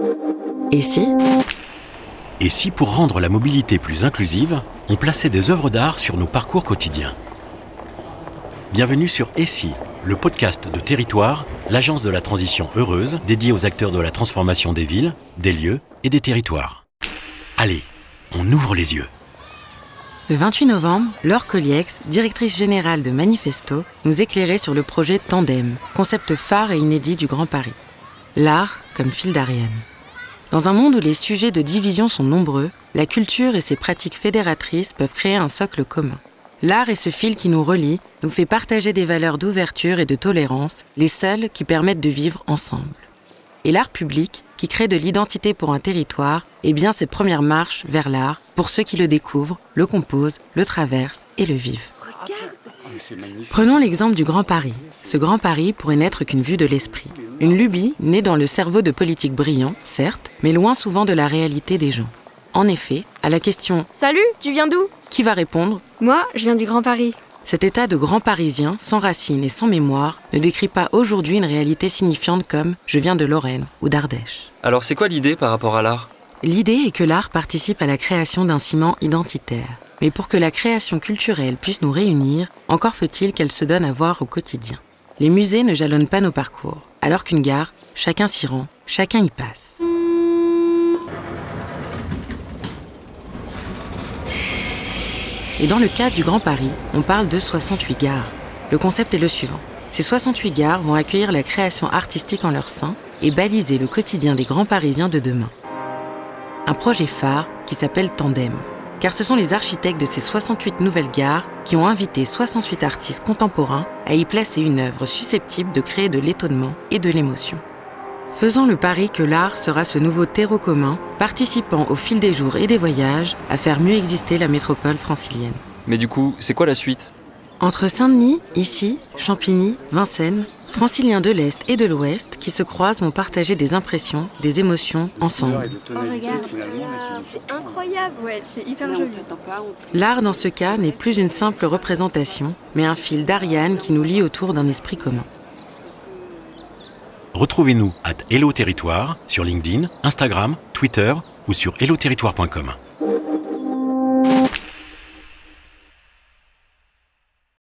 Et si ? Et si pour rendre la mobilité plus inclusive, on plaçait des œuvres d'art sur nos parcours quotidiens ? Bienvenue sur Et si, le podcast de Territoire, l'agence de la transition heureuse dédiée aux acteurs de la transformation des villes, des lieux et des territoires. Allez, on ouvre les yeux. Le 28 novembre, Laure Colliex, directrice générale de Manifesto, nous éclairait sur le projet Tandem, concept phare et inédit du Grand Paris. L'art comme fil d'Ariane. Dans un monde où les sujets de division sont nombreux, la culture et ses pratiques fédératrices peuvent créer un socle commun. L'art est ce fil qui nous relie, nous fait partager des valeurs d'ouverture et de tolérance, les seules qui permettent de vivre ensemble. Et l'art public, qui crée de l'identité pour un territoire, est bien cette première marche vers l'art pour ceux qui le découvrent, le composent, le traversent et le vivent. Prenons l'exemple du Grand Paris. Ce Grand Paris pourrait n'être qu'une vue de l'esprit. Une lubie née dans le cerveau de politiques brillants, certes, mais loin souvent de la réalité des gens. En effet, à la question « Salut, tu viens d'où ?» qui va répondre « Moi, je viens du Grand Paris ». Cet état de grand parisien, sans racines et sans mémoire, ne décrit pas aujourd'hui une réalité signifiante comme « je viens de Lorraine » ou d'Ardèche. Alors c'est quoi l'idée par rapport à l'art ? L'idée est que l'art participe à la création d'un ciment identitaire. Mais pour que la création culturelle puisse nous réunir, encore faut-il qu'elle se donne à voir au quotidien. Les musées ne jalonnent pas nos parcours, alors qu'une gare, chacun s'y rend, chacun y passe. Et dans le cadre du Grand Paris, on parle de 68 gares. Le concept est le suivant. Ces 68 gares vont accueillir la création artistique en leur sein et baliser le quotidien des grands Parisiens de demain. Un projet phare qui s'appelle Tandem. Car ce sont les architectes de ces 68 nouvelles gares qui ont invité 68 artistes contemporains à y placer une œuvre susceptible de créer de l'étonnement et de l'émotion. Faisons le pari que l'art sera ce nouveau terreau commun, participant au fil des jours et des voyages à faire mieux exister la métropole francilienne. Mais du coup, c'est quoi la suite ? Entre Saint-Denis, Issy, Champigny, Vincennes, Franciliens de l'Est et de l'Ouest qui se croisent vont partager des impressions, des émotions ensemble. Oh regarde, c'est incroyable, ouais, c'est hyper joli. L'art dans ce cas n'est plus une simple représentation, mais un fil d'Ariane qui nous lie autour d'un esprit commun. Retrouvez-nous @HelloTerritoire sur LinkedIn, Instagram, Twitter ou sur helloterritoire.com.